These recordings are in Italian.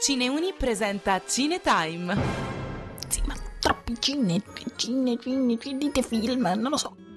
Cineuni presenta Cinetime. Sì, ma troppi dite film, non lo so.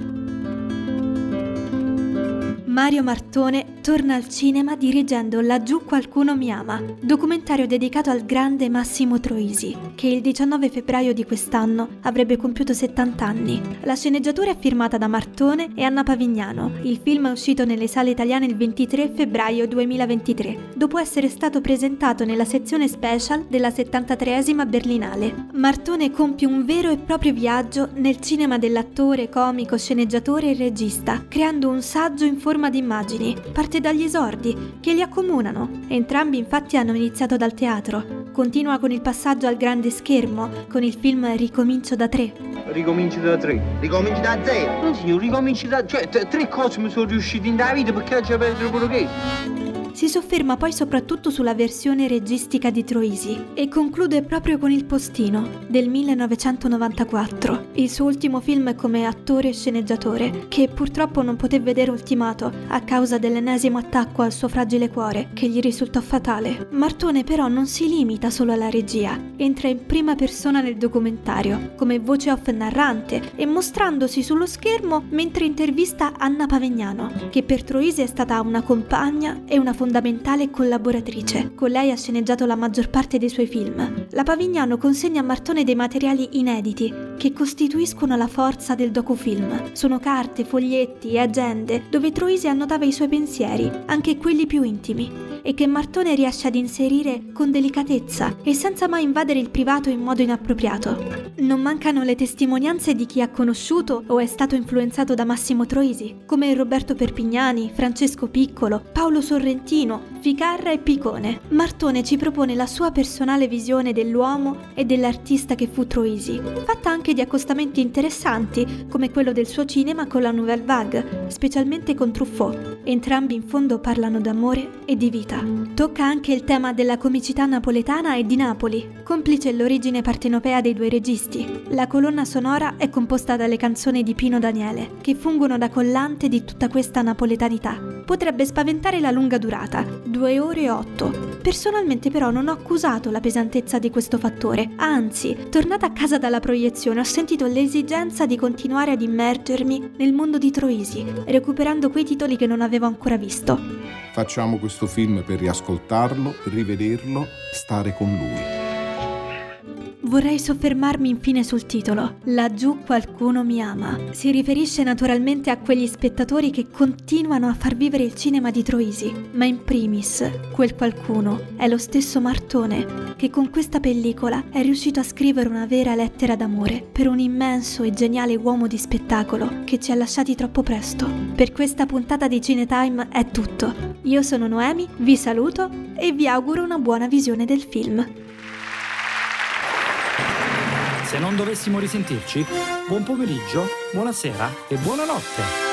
Mario Martone torna al cinema dirigendo Laggiù qualcuno mi ama, documentario dedicato al grande Massimo Troisi, che il 19 febbraio di quest'anno avrebbe compiuto 70 anni. La sceneggiatura è firmata da Martone e Anna Pavignano. Il film è uscito nelle sale italiane il 23 febbraio 2023, dopo essere stato presentato nella sezione special della 73esima Berlinale. Martone compie un vero e proprio viaggio nel cinema dell'attore, comico, sceneggiatore e regista, creando un saggio in forma di immagini. Parte dagli esordi che li accomunano. Entrambi infatti hanno iniziato dal teatro. Continua con il passaggio al grande schermo con il film Ricomincio da 3. Ricominci da 3. Ricominci da 0. Non sì, ricominci da... Cioè, 3 cose mi sono riusciti in da vita perché c'è per portoghese. Si sofferma poi soprattutto sulla versione registica di Troisi e conclude proprio con Il postino del 1994, il suo ultimo film come attore e sceneggiatore, che purtroppo non poté vedere ultimato a causa dell'ennesimo attacco al suo fragile cuore che gli risultò fatale. Martone però non si limita solo alla regia, entra in prima persona nel documentario come voce off narrante e mostrandosi sullo schermo mentre intervista Anna Pavignano, che per Troisi è stata una compagna e una fondamentale collaboratrice. Con lei ha sceneggiato la maggior parte dei suoi film. La Pavignano consegna a Martone dei materiali inediti che costituiscono la forza del docufilm. Sono carte, foglietti e agende dove Troisi annotava i suoi pensieri, anche quelli più intimi, e che Martone riesce ad inserire con delicatezza e senza mai invadere il privato in modo inappropriato. Non mancano le testimonianze di chi ha conosciuto o è stato influenzato da Massimo Troisi, come Roberto Perpignani, Francesco Piccolo, Paolo Sorrentino, Ficarra e Picone. Martone ci propone la sua personale visione dell'uomo e dell'artista che fu Troisi, fatta anche di accostamenti interessanti come quello del suo cinema con la Nouvelle Vague, specialmente con Truffaut. Entrambi in fondo parlano d'amore e di vita. Tocca anche il tema della comicità napoletana e di Napoli, complice l'origine partenopea dei due registi. La colonna sonora è composta dalle canzoni di Pino Daniele, che fungono da collante di tutta questa napoletanità. Potrebbe spaventare la lunga durata, 2 ore e 8. Personalmente però non ho accusato la pesantezza di questo fattore, anzi, tornata a casa dalla proiezione ho sentito l'esigenza di continuare ad immergermi nel mondo di Troisi, recuperando quei titoli che non avevo ancora visto. Facciamo questo film per riascoltarlo, rivederlo, stare con lui. Vorrei soffermarmi infine sul titolo, Laggiù qualcuno mi ama. Si riferisce naturalmente a quegli spettatori che continuano a far vivere il cinema di Troisi, ma in primis quel qualcuno è lo stesso Martone, che con questa pellicola è riuscito a scrivere una vera lettera d'amore per un immenso e geniale uomo di spettacolo che ci ha lasciati troppo presto. Per questa puntata di Cinetime è tutto. Io sono Noemi, vi saluto e vi auguro una buona visione del film. Se non dovessimo risentirci, buon pomeriggio, buonasera e buonanotte.